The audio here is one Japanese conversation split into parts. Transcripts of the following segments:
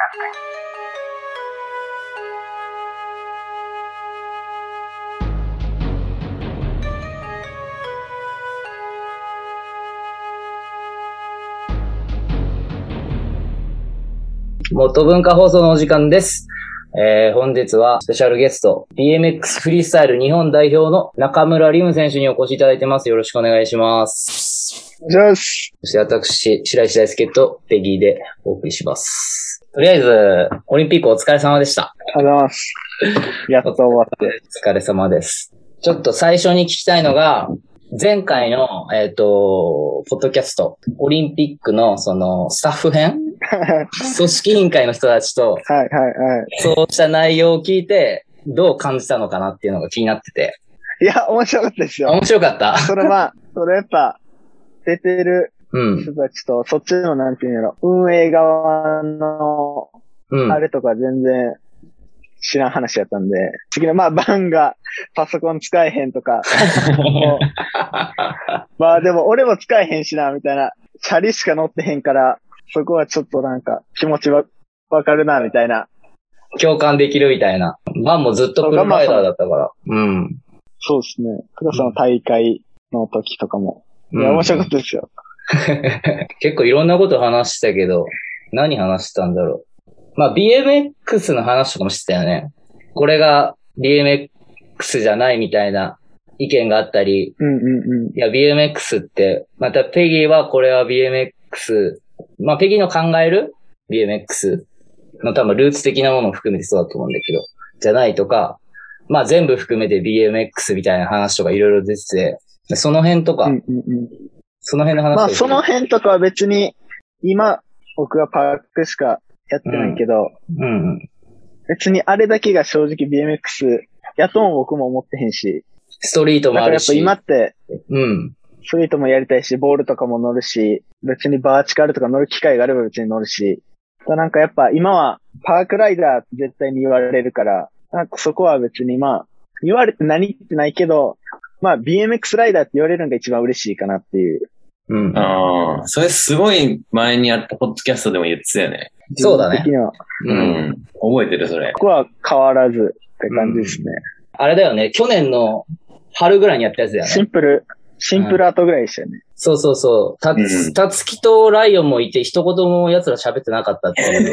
元文化放送のお時間です。本日はスペシャルゲスト BMX フリースタイル日本代表の中村輪夢選手にお越しいただいてます。よろしくお願いします。 お願いします。 そして私、白石大輔とペギーでお送りします。とりあえず、オリンピックお疲れ様でした。 ありがとうございます。やっと終わって。 お疲れ様です。ちょっと最初に聞きたいのが、前回の、ポッドキャスト、オリンピックの、スタッフ編組織委員会の人たちと、そうした内容を聞いて、どう感じたのかなっていうのが気になってて。 いや、面白かったですよ。 面白かった。 それやっぱ、出てる人たちと、そっちのなんていうんやろ、運営側の、あれとか全然知らん話やったんで、次の、バンがパソコン使えへんとか、でも俺も使えへんしな、みたいな、チャリしか乗ってへんから、そこはちょっとなんか気持ちわかるな、みたいな。 共感できるみたいな。バンもずっとプロライダーだったから。 そうですね。プロその大会の時とかも。いや、面白かったですよ。 結構いろんなこと話したけど、何話したんだろう。BMX の話とかもしてたよね。これが BMX じゃないみたいな意見があったり。いや、BMX って、またペギーはこれは BMX、ペギーの考える BMX の多分ルーツ的なものを含めてそうだと思うんだけど、じゃないとか、全部含めて BMX みたいな話とかいろいろ出てて、その辺とか、その辺の話その辺とかは別に、今、僕はパークしかやってないけど、別にあれだけが正直 BMX やとも僕も思ってへんし、 ストリートもあるし。 だからやっぱ今って、ストリートもやりたいし、ボールとかも乗るし、別にバーチカルとか乗る機会があれば別に乗るし、なんかやっぱ今はパークライダーって絶対に言われるから、なんかそこは別に言われて何ってないけど、BMX ライダーって言われるのが一番嬉しいかなっていう。 それすごい前にやったポッドキャストでも言ってたよね。 そうだね。 覚えてるそれ。 ここは変わらずって感じですね。 あれだよね。去年の春ぐらいにやったやつだよね。 シンプル後ぐらいでしたよね。 そう。たつきとライオンもいて一言も奴ら喋ってなかったっていう。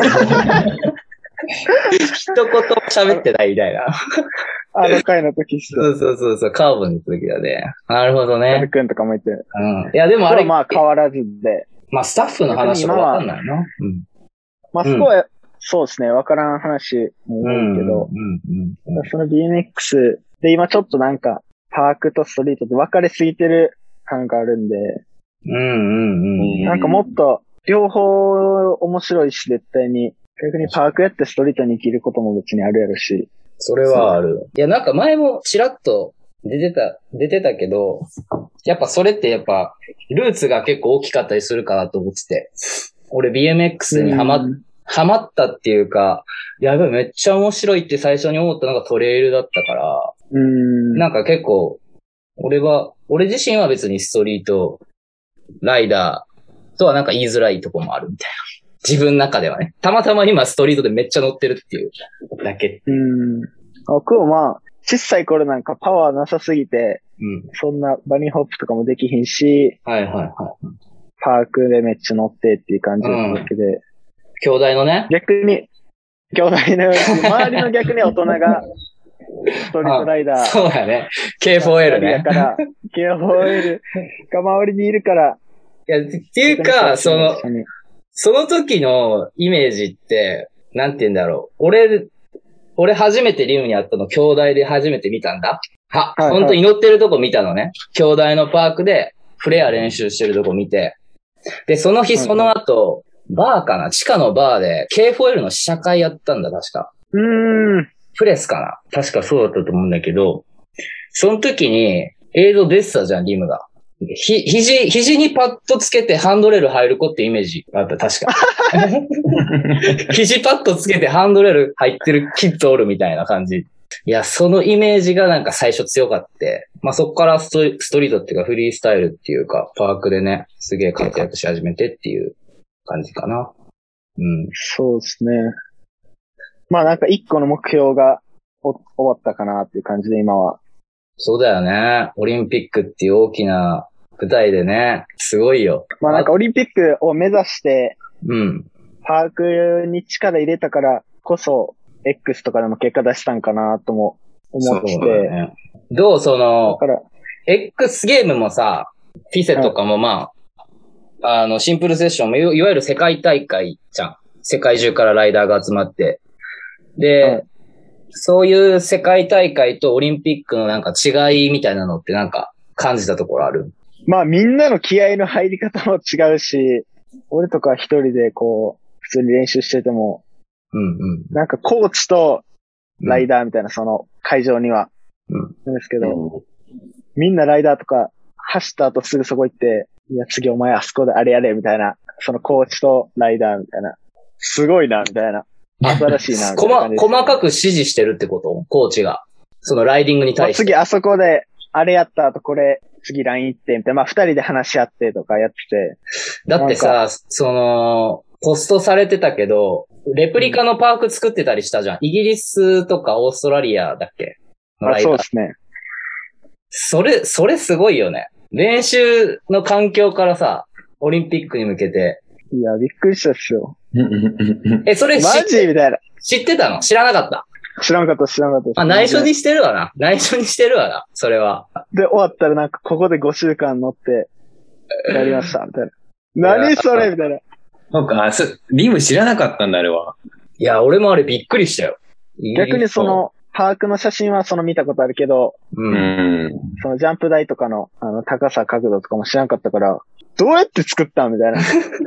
一言も喋ってないみたいな。 あの回の時そう、カーボンの時だね。なるほどね。 カル君とかもいて。 いや、でもあれ。 変わらずで。 スタッフの話はわかんないな。 そこは、そうですね、わからん話も多いけど、その BMX で今ちょっとなんか、パークとストリートって分かれすぎてる感があるんで、なんかもっと両方面白いし、絶対に。逆にパークやってストリートに生きることも別にあるやろし。 それはある。いや、なんか前もちらっと出てたけど、やっぱそれってルーツが結構大きかったりするかなと思ってて。俺 BMX にハマったっていうか、やばい、めっちゃ面白いって最初に思ったのがトレイルだったから、なんか結構、俺自身は別にストリートライダーとはなんか言いづらいとこもあるみたいな。自分の中ではね。たまたま今ストリートでめっちゃ乗ってるっていうだけ。 僕も小さい頃なんかパワーなさすぎて、そんなバニーホップとかもできひんし、パークでめっちゃ乗ってっていう感じだっただけで。 兄弟のね。 逆に、周りの逆に大人が、ストリートライダー。 そうだね。K4L ね。 だから、K4L が周りにいるから。 いや、っていうか、その時のイメージって、なんて言うんだろう。俺初めてリムに会ったの兄弟で初めて見たんだ。本当に乗ってるとこ見たのね。兄弟のパークでフレア練習してるとこ見て。で、その日その後、バーかな地下のバーで K4L の試写会やったんだ、確か。プレスかな確かそうだったと思うんだけど、その時に映像出てたじゃん、リムが。肘にパッドつけてハンドレール入る子ってイメージあった、確か。肘パッドつけてハンドレール入ってるキッズおるみたいな感じ。いや、そのイメージがなんか最初強かって。そこからストリートっていうかフリースタイルっていうか、パークでね、すげえ活躍し始めてっていう感じかな。 うん。 そうですね。まあなんか一個の目標が終わったかなっていう感じで今は。 そうだよね。オリンピックっていう大きな舞台でね、すごいよ。 まあなんかオリンピックを目指して、 うん。 パークに力入れたからこそ、X とかでも結果出したんかなとも思って。そうだね。 どうだから、X ゲームもさ、フィセとかもまあ、シンプルセッションもいわゆる世界大会じゃん。世界中からライダーが集まって。で、そういう世界大会とオリンピックのなんか違いみたいなのってなんか感じたところある？ まあみんなの気合の入り方も違うし、俺とか一人でこう、普通に練習してても、なんかコーチとライダーみたいなその会場には、なんですけど、みんなライダーとか走った後すぐそこ行って、いや次お前あそこであれやれみたいな、そのコーチとライダーみたいな、すごいなみたいな。新しいな。 細かく指示してるってこと？コーチが。そのライディングに対して。 次あそこで、あれやった後これ、次ライン行ってみたいな。まあ二人で話し合ってとかやってて。 だってさ、ポストされてたけど、レプリカのパーク作ってたりしたじゃん。イギリスとかオーストラリアだっけ？ そうですね。 それすごいよね。練習の環境からさ、オリンピックに向けて。 いや、びっくりしたっすよ。 それマジみたいな。 知ってたの？知らなかった？ 知らなかった。 内緒にしてるわな。それは。 で、終わったらなんか、ここで5週間乗って、やりました、みたいな。何それみたいな。 なんか、リム知らなかったんだ、あれは。 いや、俺もあれびっくりしたよ。 逆にパークの写真は見たことあるけど、そのジャンプ台とかの、高さ、角度とかも知らなかったから、どうやって作ったみたいな。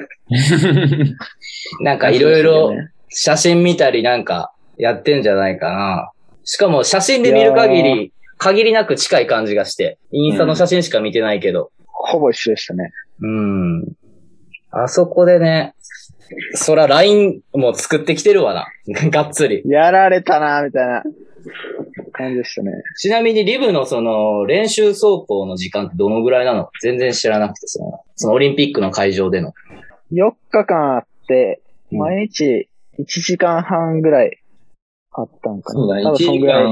なんかいろいろ写真見たりなんかやってんじゃないかな。しかも写真で見る限りなく近い感じがして、インスタの写真しか見てないけど。 ほぼ一緒でしたね。 あそこでね、そら LINE も作ってきてるわな。がっつり。 やられたなみたいな感じでしたね。 ちなみにリブのその練習走行の時間ってどのぐらいなの？全然知らなくてそのオリンピックの会場での。 4日間あって、毎日1時間半ぐらいあったんかな。 そうだね。1時間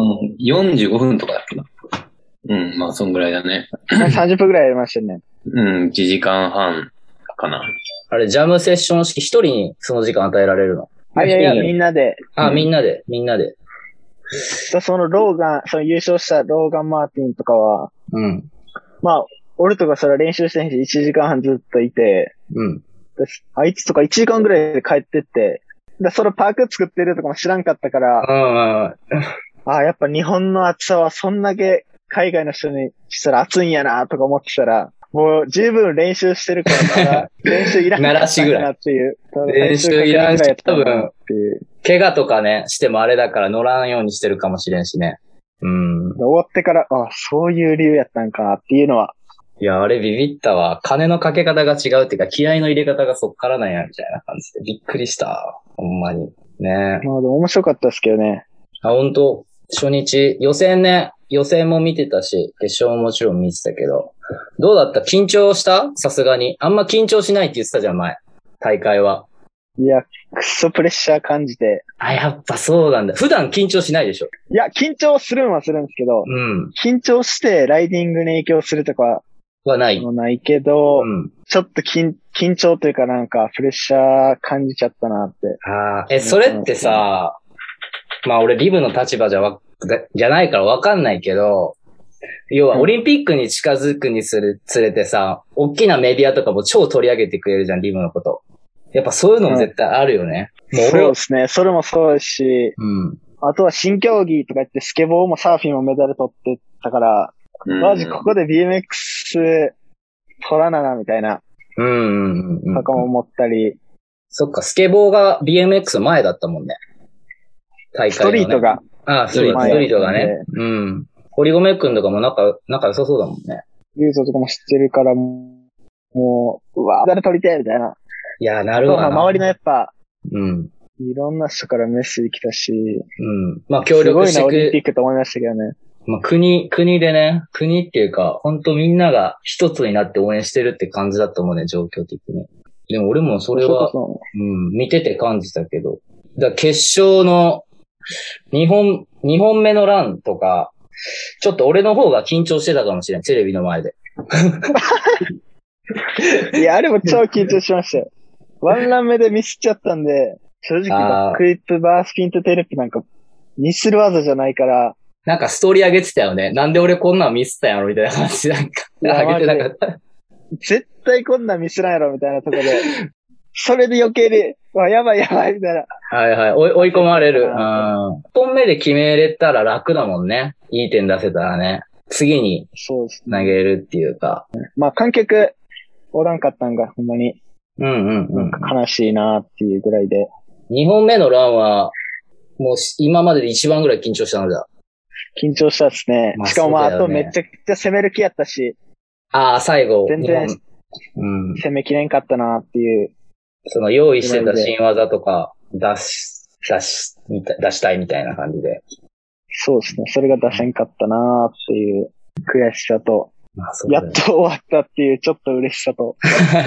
45分とかだっけな。まあそんぐらいだね。 30分ぐらいやりましたね。 1時間半かな。 あれ、ジャムセッション式一人にその時間与えられるの？ いや、みんなで。 みんなで。 その優勝したローガン・マーティンとかは、まあ、俺とかそれ練習してへんし、1時間半ずっといて、あいつとか1時間ぐらいで帰ってって、そのパーク作ってるとかも知らんかったから、やっぱ日本の暑さはそんだけ海外の人にしたら暑いんやなとか思ってたら、もう十分練習してるからまだ練習いらんかったなっていう。 練習いらんし、多分、怪我とかね、してもあれだから乗らんようにしてるかもしれんしね。 終わってから、そういう理由やったんかっていうのは。 いや、あれビビったわ。金のかけ方が違うっていうか、気合の入れ方がそっからなんや、みたいな感じで。びっくりした。ほんまに。ね。 まあでも面白かったですけどね。 ほんと。初日、予選も見てたし、決勝ももちろん見てたけど。どうだった？緊張した？さすがに。あんま緊張しないって言ってたじゃん、前。大会は。 いや、くっそプレッシャー感じて。 やっぱそうなんだ。普段緊張しないでしょ？ いや、緊張するんはするんですけど、緊張してライディングに影響するとかはない。 ないけど、ちょっと緊張というかなんかプレッシャー感じちゃったなって。 それってさ、まあ俺リブの立場じゃないからわかんないけど、要はオリンピックに近づくにつれてさ、大きなメディアとかも超取り上げてくれるじゃん、リブのこと。やっぱそういうのも絶対あるよね。 そうですね。それもそうですし、あとは新競技とか言ってスケボーもサーフィンもメダル取ってたから、マジここで BMX 取らななみたいな、とかも思ったり。 そっか、スケボーが BMX 前だったもんね。大会のね。 ストリートが。 ストリートがね。堀米くんとかも仲良さそうだもんね。 ユーゾとかも知ってるから、もう、メダル取りてみたいな。 いや、なるほど。 周りのやっぱ、いろんな人からメッセージ来たし、 まあ協力してすごいな、オリンピックと思いましたけどね。 まあ国でね、国っていうか、本当みんなが一つになって応援してるって感じだと思うね、状況的に。 でも俺もそれは、見てて感じたけど。決勝の2本目のランとか、ちょっと俺の方が緊張してたかもしれん、テレビの前で。 いや、あれも超緊張しましたよ。ワンラン目でミスっちゃったんで、正直バックフリップ、バースピンとテールってなんかミスる技じゃないから。 なんかストーリー上げてたよね。なんで俺こんなんミスったんやろみたいな感じなんか上げてなかった。 絶対こんなんミスないやろみたいなところで、それで余計に、やばいみたいな。 はいはい。追い込まれる。1本目で決めれたら楽だもんね。いい点出せたらね。次に投げるっていうか。 まあ観客おらんかったんがほんまに。悲しいなっていうぐらいで。 2本目のランは、もう今までで一番ぐらい緊張したんだ。 緊張したっすね。しかもあとめちゃくちゃ攻める気やったし。 最後。 全然、攻めきれんかったなっていう。 その用意してた新技とか出したいみたいな感じで。 そうですね。それが出せんかったなっていう悔しさと。やっと終わったっていうちょっと嬉しさと。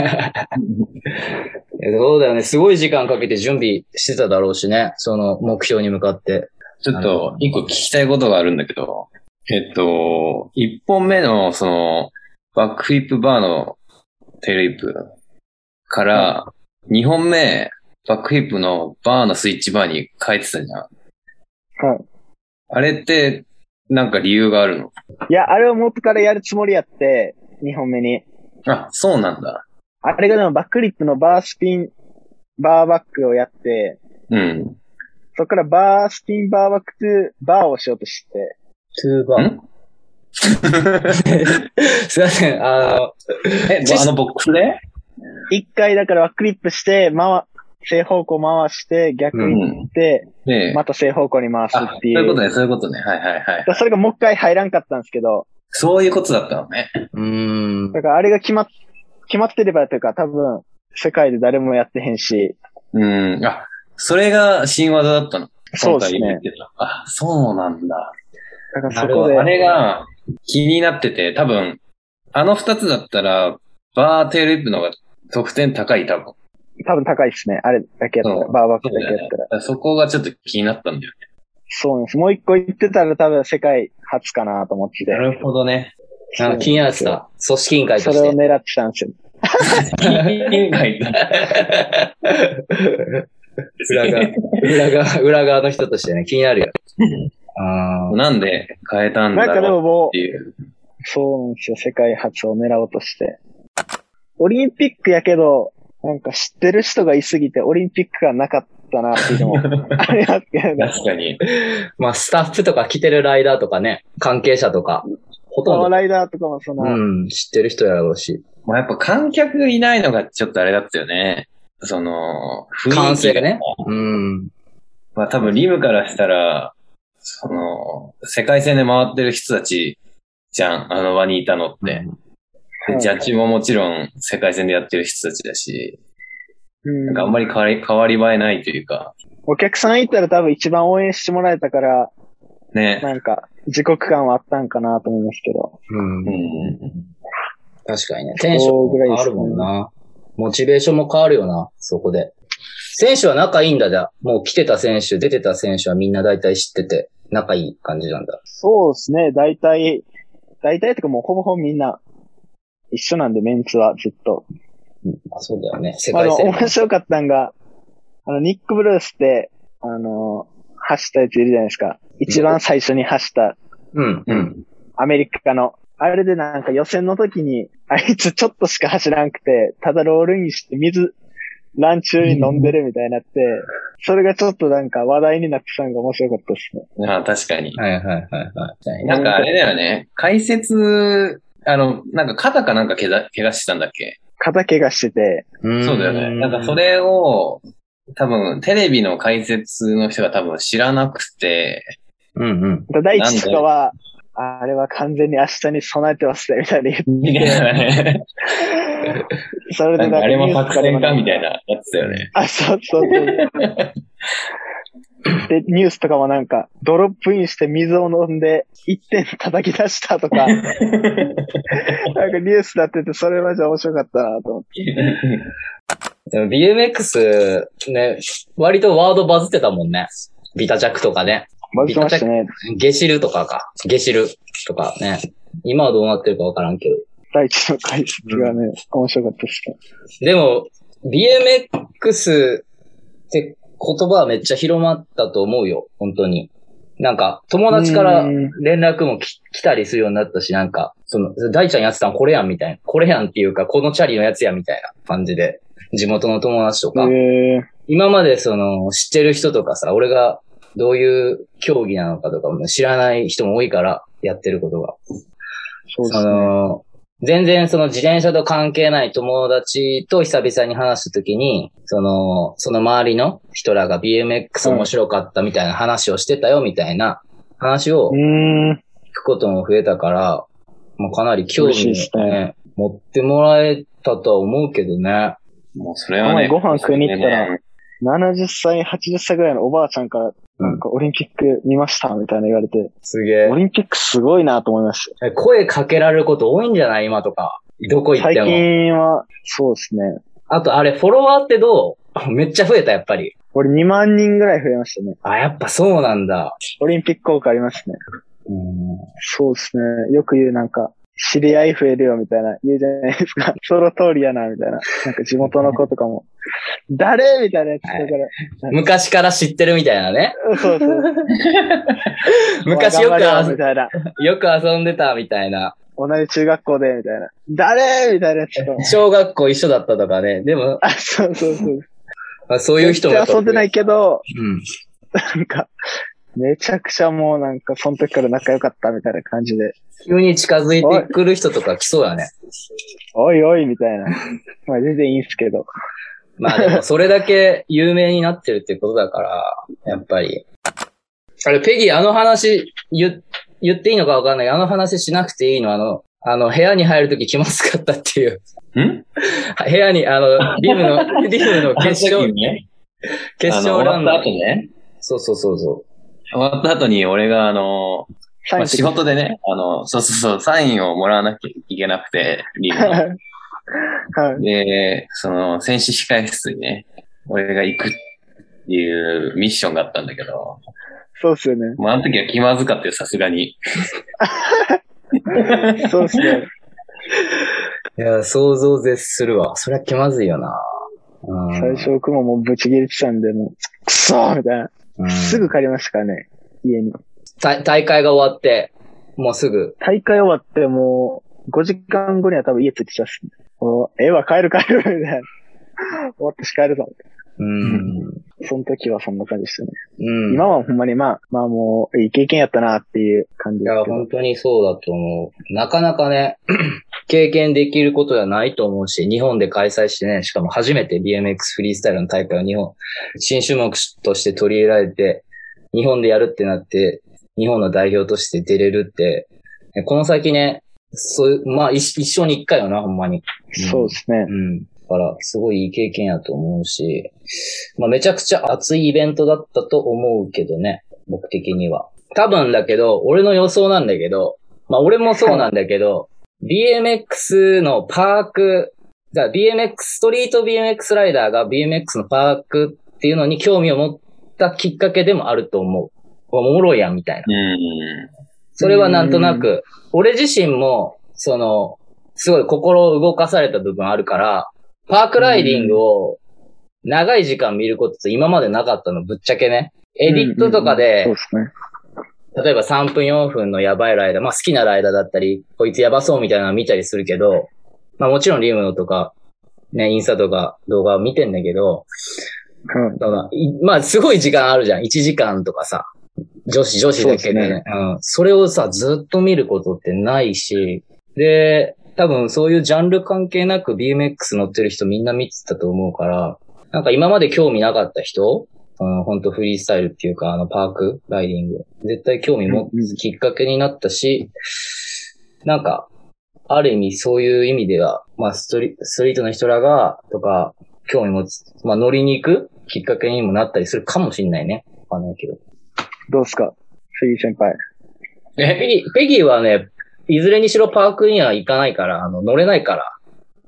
そうだよね。すごい時間かけて準備してただろうしね。その目標に向かって。 ちょっと一個聞きたいことがあるんだけど、一本目のそのバックフリップバーのテールリップから二本目バックフリップのバーのスイッチバーに変えてたじゃん。はい。あれってなんか理由があるの？ いや、あれを元からやるつもりやって、2本目に。 あ、そうなんだ。 あれがでもバックリップのバースピン、バーバックをやって、そこからバースピン、バーバックトゥバーをしようとして。 トゥーバーすいません、 ボックスで一回だからバックリップして、正方向回して、逆に行って、また正方向に回すっていう。 そういうことね。はいはいはい。 それがもう一回入らんかったんですけど。 そういうことだったのね。 だからあれが決まってればというか、多分、世界で誰もやってへんし。 それが新技だったの？ そうですね。 そうなんだ。 だからそこで。 あれが気になってて、多分、あの二つだったら、バーテールリップの方が得点高い、多分高いですね。あれだけやったら、バーバックだけやったら。 そこがちょっと気になったんだよね。 そうなんです。もう一個言ってたら多分世界初かなと思ってて。 なるほどね。 気になってた。組織委員会として。 それを狙ってたんですよ。 組織委員会裏側の人としてね、気になるよ。 なんで変えたんだろうっていう。なんかでももう、 そうなんですよ。世界初を狙おうとして。オリンピックやけど、なんか知ってる人がいすぎてオリンピックがなかったなっていうのもありますけどね。 確かに。 まあスタッフとか来てるライダーとかね、関係者とか、ほとんど。 ライダーとかも知ってる人やろうし。 まあやっぱ観客いないのがちょっとあれだったよね。その、 雰囲気が。歓声ね。 まあ多分リムからしたら、その、世界戦で回ってる人たちじゃん、あの場にいたのって。ジャッジももちろん世界戦でやってる人たちだし、なんかあんまり変わり映えないというか。 お客さんいたら多分一番応援してもらえたから、 ね。 なんか自国感はあったんかなと思いますけど。 確かにね。テンションも変わるもんな。モチベーションも変わるよな、そこで。選手は仲いいんだじゃ。もう来てた選手、出てた選手はみんな大体知ってて、仲いい感じなんだ。 そうですね。大体とかもうほぼほぼみんな一緒なんで、メンツはずっと。 そうだよね。世界戦。 面白かったんが、ニック・ブルースって、走ったやついるじゃないですか。一番最初に走った。アメリカの。あれでなんか予選の時に、あいつちょっとしか走らんくて、ただロールインしてラン中に飲んでるみたいになって、それがちょっとなんか話題になってたのが面白かったですね。 確かに。 はい。 なんかあれだよね。解説、なんか肩かなんか怪我してたんだっけ？ 肩怪我してて。 そうだよね。なんかそれを、多分テレビの解説の人が多分知らなくて。 第一とかは、あれは完全に明日に備えてますね、みたいな言って。それであれも作戦かみたいなやつだよね。 そう。 で、ニュースとかもなんか、ドロップインして水を飲んで、1点叩き出したとか、なんかニュースだってて、それマジ面白かったなと思って。 でも BMX ね、割とワードバズってたもんね。ビタジャックとかね。 バズってましたね。 ゲシルとかか。ゲシルとかね。今はどうなってるかわからんけど。 第一の解説がね、面白かったですね。 でも、BMX って言葉はめっちゃ広まったと思うよ。本当に。なんか、友達から連絡も来たりするようになったし、なんか、大ちゃんやってたのこれやんみたいな。これやんっていうか、このチャリのやつやみたいな感じで、地元の友達とか。今まで知ってる人とかさ、俺がどういう競技なのかとかも知らない人も多いから、やってることが。 そうですね。 全然自転車と関係ない友達と久々に話したときに、その周りの人らが BMX 面白かったみたいな話をしてたよみたいな話を聞くことも増えたから、もうかなり興味をね、持ってもらえたとは思うけどね。 もうそれはね。 ご飯食いに行ったら、70歳、80歳ぐらいのおばあちゃんから、なんかオリンピック見ましたみたいな言われて。 すげえ。 オリンピックすごいなと思いました。 声かけられること多いんじゃない今とか。どこ行っても。 最近は、そうですね。 あとあれ、フォロワーってどう？めっちゃ増えた、やっぱり。 俺2万人ぐらい増えましたね。 あ、やっぱそうなんだ。 オリンピック効果ありますね。そうですね。よく言うなんか、知り合い増えるよみたいな言うじゃないですか。その通りやなみたいな。なんか地元の子とかも、誰みたいなやつだから、 昔から知ってるみたいなね。 そうそう。 昔よく遊んでたみたいな。 同じ中学校でみたいな。誰みたいなやつと。 小学校一緒だったとかね。でも、 そうそうそう。 そういう人も。 遊んでないけど、なんか、めちゃくちゃもうなんか、その時から仲良かったみたいな感じで。 急に近づいてくる人とか来そうやね。 おいおいみたいな。まあ全然いいんすけど。 まあでもそれだけ有名になってるってことだから、やっぱり。あれ、ペギー話言っていいのかわかんない。話しなくていいの部屋に入るとき気まずかったっていう。部屋に、リムの決勝、決勝ラウンド。 終わった後ね。 そう。 終わった後に俺が仕事でね、サインをもらわなきゃいけなくて、リムの。で、選手控え室にね、俺が行くっていうミッションがあったんだけど。 そうっすよね。 もうあの時は気まずかったよ、さすがに。 そうっすね。 いや、想像絶するわ。それは気まずいよな。 最初僕ももうブチ切れてたんで、もう、くそーみたいな。すぐ帰りましたからね、家に。大会が終わって、もうすぐ。 大会終わってもう、5時間後には多分家着いてきました、ね。帰る、みたいな。終わってし帰るぞ。その時はそんな感じでしたね。今はほんまにまあもう、いい経験やったなっていう感じです。 いや、本当にそうだと思う。なかなかね、経験できることではないと思うし、日本で開催してね、しかも初めて BMX フリースタイルの大会を新種目として取り入れられて、日本でやるってなって、日本の代表として出れるって、この先ね、まあ一生に一回よな、ほんまに。 そうですね。 だから、すごいいい経験やと思うし、まあめちゃくちゃ熱いイベントだったと思うけどね、僕的には。多分だけど、俺の予想なんだけど、まあ俺もそうなんだけど、BMX のパーク、ストリート BMX ライダーが BMX のパークっていうのに興味を持ったきっかけでもあると思う。おもろいやんみたいな。それはなんとなく、俺自身も、すごい心を動かされた部分あるから、パークライディングを長い時間見ることって今までなかったの、ぶっちゃけね。エディットとかで、例えば3分4分のやばいライダー、まあ好きなライダーだったり、こいつやばそうみたいなの見たりするけど、まあもちろんリムノとか、ね、インスタとか動画を見てんだけど、まあすごい時間あるじゃん。1時間とかさ。女子だけでね。それをさ、ずっと見ることってないし、で、多分そういうジャンル関係なく BMX 乗ってる人みんな見てたと思うから、なんか今まで興味なかった人、ほんとフリースタイルっていうか、パークライディング、絶対興味持つきっかけになったし、なんか、ある意味そういう意味では、まあストリートの人らが、とか、興味持つ、まあ乗りに行くきっかけにもなったりするかもしんないね。 かんないけど。 どうすかフィギー先輩。 ペギーはね、いずれにしろパークには行かないから、乗れないから。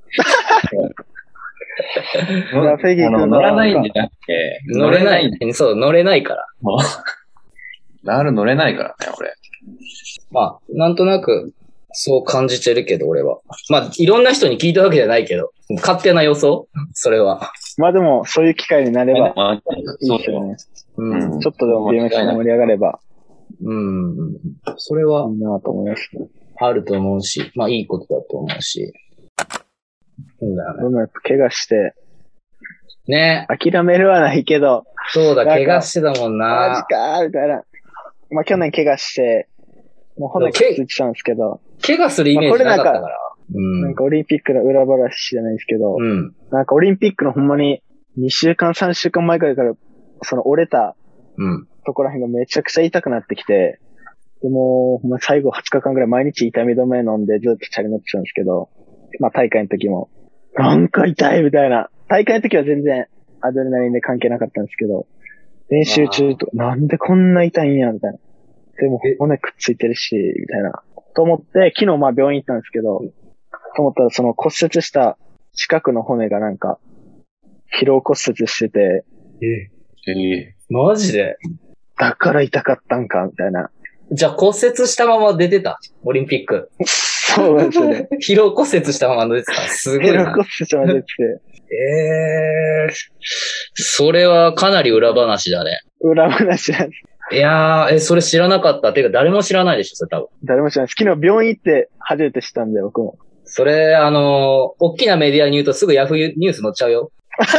いや、フェギー君乗らないんじゃなくて、 乗れない。そう、乗れないから。 乗れないからね、俺。 まあ、なんとなく、そう感じてるけど、俺は。まあ、いろんな人に聞いたわけじゃないけど、勝手な予想それは。 まあでも、そういう機会になれば、いいですよね。ちょっとでも BMX が盛り上がれば。 それは、 いいなと思いますね。 あると思うし、まあいいことだと思うし。 そうだよね。でもやっぱ怪我して、 ね。 諦めるはないけど。 そうだ、怪我してたもんな。 マジかーみたいな。まあ去年怪我して、もう骨くっついてたんですけど。 怪我するイメージなかったから。 なんかオリンピックの裏話じゃないですけど、なんかオリンピックのほんまに2週間、3週間前くらいから、その折れたところら辺がめちゃくちゃ痛くなってきて、でも、最後20日間くらい毎日痛み止め飲んでずっとチャリ乗ってたんですけど、まあ大会の時も、なんか痛いみたいな。大会の時は全然アドレナリンで関係なかったんですけど、練習中となんでこんな痛いんやみたいな。でも骨くっついてるし、みたいな。と思って、昨日まあ病院行ったんですけど、と思ったらその骨折した近くの骨がなんか、疲労骨折してて。 マジでだから痛かったんかみたいな。 じゃあ骨折したまま出てたオリンピック。 そうなんですよね。 疲労骨折したまま出てた。すごいな。 疲労骨折したまま出てて。 それはかなり裏話だね。 裏話なんです。 いやー、それ知らなかった。てか誰も知らないでしょ、それ多分。 誰も知らないです。昨日病院行って初めて知ったんで、僕も。 それ、大きなメディアに言うとすぐヤフーニュース載っちゃうよ。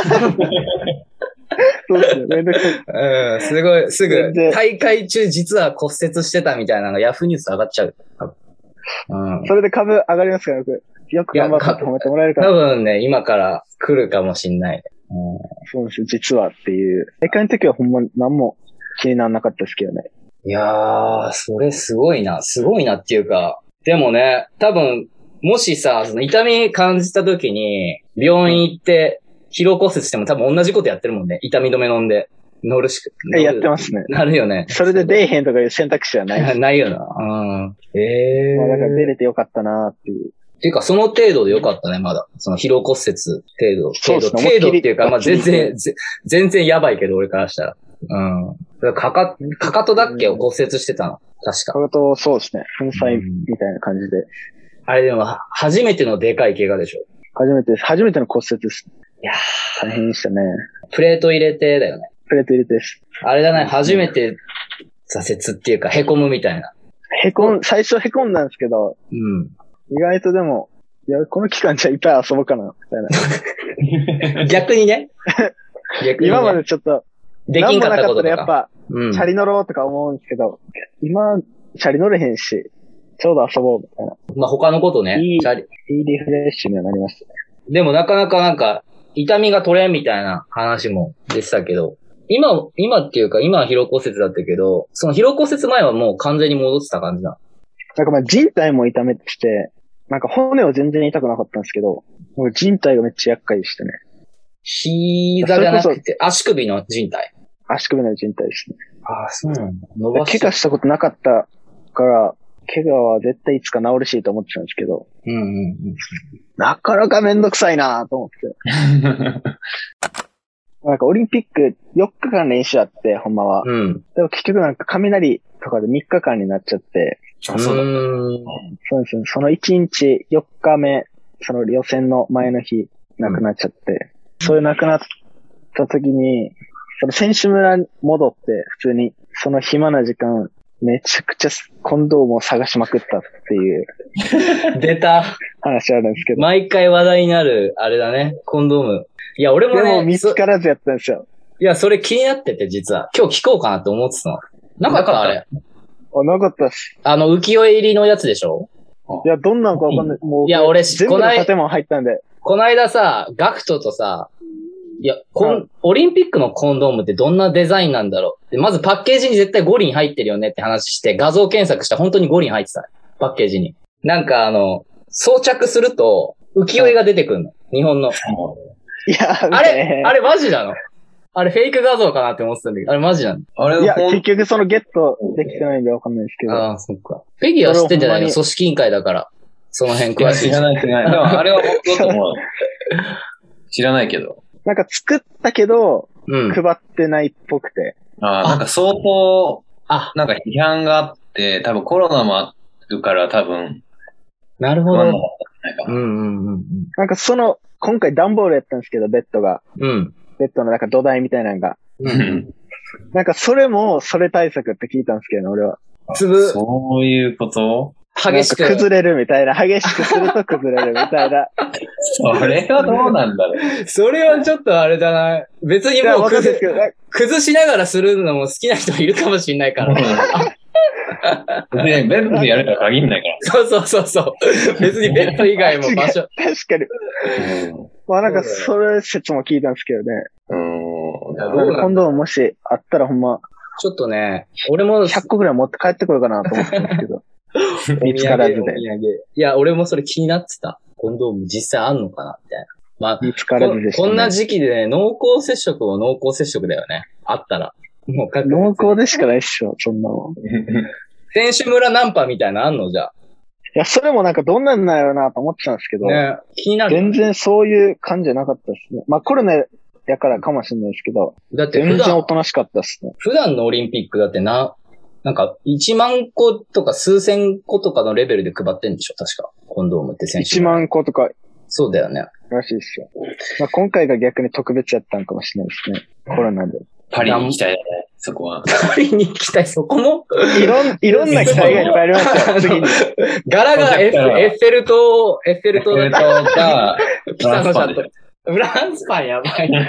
そうですね。めんどくさい。 すごい、すぐ、大会中実は骨折してたみたいなのがヤフーニュース上がっちゃう。 それで株上がりますから、僕。よく頑張ったって褒めてもらえるから。 多分ね、今から来るかもしんない。 そうです、実はっていう。大会の時はほんま何も気にならなかったですけどね。 いやー、それすごいな。すごいなっていうか、でもね、多分、もしさ、その痛み感じた時に、病院行って、疲労骨折しても多分同じことやってるもんね。痛み止め飲んで。乗るしか。 やってますね。 なるよね。 それで出えへんとかいう選択肢はない。 ないよな。まあだから出れてよかったなっていう。 っていうか、その程度でよかったね、まだ。その疲労骨折程度っていうか、まあ全然やばいけど、俺からしたら。かかとだっけを骨折してたの。確か。 かかと、そうですね。粉砕みたいな感じで。 あれでも、初めてのでかい怪我でしょ。 初めてです。初めての骨折です。 いやー、大変でしたね。 プレート入れてだよね。 プレート入れてです。 あれだね、初めて挫折っていうか、凹むみたいな。 最初凹んだんですけど、意外とでも、いや、この期間じゃいっぱい遊ぼうかな、みたいな。 逆にね。 今までちょっと、 できんかったこととか。 やっぱ、チャリ乗ろうとか思うんですけど、今、チャリ乗れへんし、ちょうど遊ぼうみたいな。 まあ他のことね。 いいリフレッシュにはなりますね。 でもなかなかなんか、痛みが取れんみたいな話も出てたけど、今っていうか、今は疲労骨折だったけど、その疲労骨折前はもう完全に戻ってた感じだ。 なんかまあ人体も痛めてて、なんか骨は全然痛くなかったんですけど、人体がめっちゃ厄介でしたね。 膝じゃなくて、足首の人体。 足首の人体ですね。 ああ、そうなんだ。 怪我したことなかったから、怪我は絶対いつか治るしと思ってたんですけど、なかなかめんどくさいなと思って。なんかオリンピック4日間練習あって、ほんまは。でも結局なんか雷とかで3日間になっちゃって。 そうだ。 そうですね。その1日4日目、その予選の前の日、亡くなっちゃって。そういう亡くなった時に、その選手村に戻って、普通に、その暇な時間、めちゃくちゃコンドームを探しまくったっていう。 出た話あるんですけど。 毎回話題になる、あれだね。コンドーム。いや、俺もね。 でも見つからずやったんですよ。 いや、それ気になってて、実は。今日聞こうかなと思ってたの。なかったあれ。 なかったっす。 浮世絵入りのやつでしょ？ いや、どんなのかわかんない。もう、 いや、俺、 全部の建物入ったんで。 こないださ、ガクトとさ、いや、オリンピックのコンドームってどんなデザインなんだろう。でまずパッケージに絶対五輪入ってるよねって話して、画像検索したら本当に五輪入ってた。パッケージに。なんか装着すると、浮世絵が出てくるの。日本の。 いや、 あれマジなの？ あれフェイク画像かなって思ってたんだけど、あれマジなんだ。 あれいや、結局そのゲットできてないんでわかんないですけど。 ああ、そっか。フェギュア知ってんじゃないの？組織委員会だから。その辺詳しい。 知らない。でもあれは本当だと思う。知らないけど。 なんか作ったけど、 うん。 配ってないっぽくて。 なんか相当、なんか批判があって、多分コロナもあるから多分、 なるほど。 なんか今回段ボールやったんですけど、ベッドが。 うん。 ベッドのなんか土台みたいなのが。 うん。 なんかそれも、それ対策って聞いたんですけどね、俺は。 そういうこと激しく。 崩れるみたいな。激しくすると崩れるみたいな。 それはどうなんだろう。 それはちょっとあれだな。別にもう崩しながらするのも好きな人いるかもしれないからね。 ベッドでやるとは限んないから。 そう。別にベッド以外も場所。 確かに。まあなんかそれ説も聞いたんですけどね。今度もしあったらほんま。 ちょっとね、俺も 100個ぐらい持って帰ってこようかなと思ってたんですけど。見つからずで。 いや、俺もそれ気になってた。コンドーム実際あんのかなみたいな。まあ、 見つからずでしたね。 こんな時期でね、濃厚接触も濃厚接触だよね。あったら。もう濃厚でしかないっしょ、そんなの。 選手村ナンパみたいなのあんのじゃあ。 いや、それもなんかどんなんなんやろうなと思ってたんですけど。 ね、気になる。 全然そういう感じじゃなかったですね。まあコロナやからかもしれないですけど。 だって全然おとなしかったですね。 普段のオリンピックだってなんか1万個とか数千個とかのレベルで配ってんでしょ確か。コンドームって選手。 1万個とか。 そうだよね。 らしいですよ。まあ今回が逆に特別やったんかもしれないですね。コロナで。 パリに行きたいね、そこは。 パリに行きたい、そこもいろんな期待がいっぱいありましたよ、次に。 柄がエッフェル塔か、 フランスパン。 フランスパンやばい。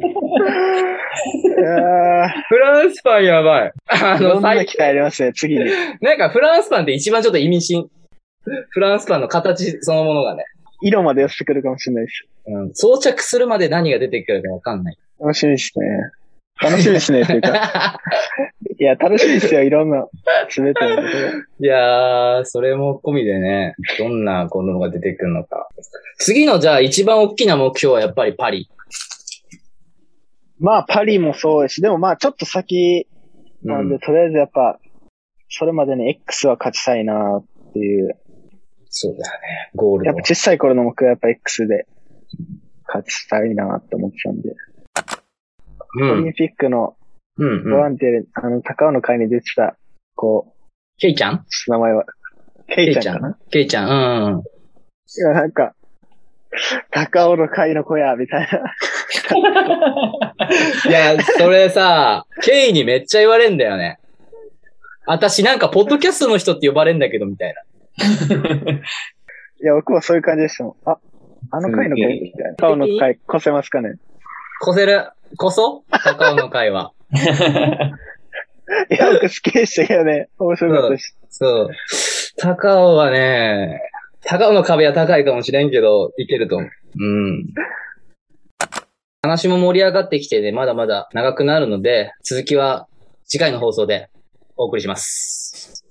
フランスパンやばい。 いろんな期待ありますね、次に。 なんかフランスパンって一番ちょっと意味深。フランスパンの形そのものがね。 色まで寄せてくるかもしれないです。 装着するまで何が出てくるかわかんない。 楽しみですね。楽しみですね、っていうか。いや、楽しみですよ、いろんな、すべてのことが。 いやー、それも込みでね、どんなコンドームが出てくるのか。次のじゃあ一番大きな目標はやっぱりパリ。 まあ、パリもそうですし、でもまあ、ちょっと先なんで、とりあえずやっぱ、それまでに X は勝ちたいなっていう。 そうだよね、ゴールド。 やっぱ小さい頃の目標はやっぱ X で勝ちたいなって思ってたんで。オリンピックのボランティアで、高尾の会に出てた、 ケイちゃん？ 名前は。ケイちゃんかな？ ケイちゃん、 いや、なんか、高尾の会の子や、みたいな。 いや、それさ、ケイにめっちゃ言われんだよね。私なんか、ポッドキャストの人って呼ばれんだけど、みたいな。 いや、僕はそういう感じでしたもん。あの会の子みたいな。高尾の会、越せますかね？ 越せる。こそ高尾の会は。 いや、僕好きでしたけどね。面白かったし。 そう。高尾はね、高尾の壁は高いかもしれんけど、いけると思う。話も盛り上がってきてね、まだまだ長くなるので、続きは次回の放送でお送りします。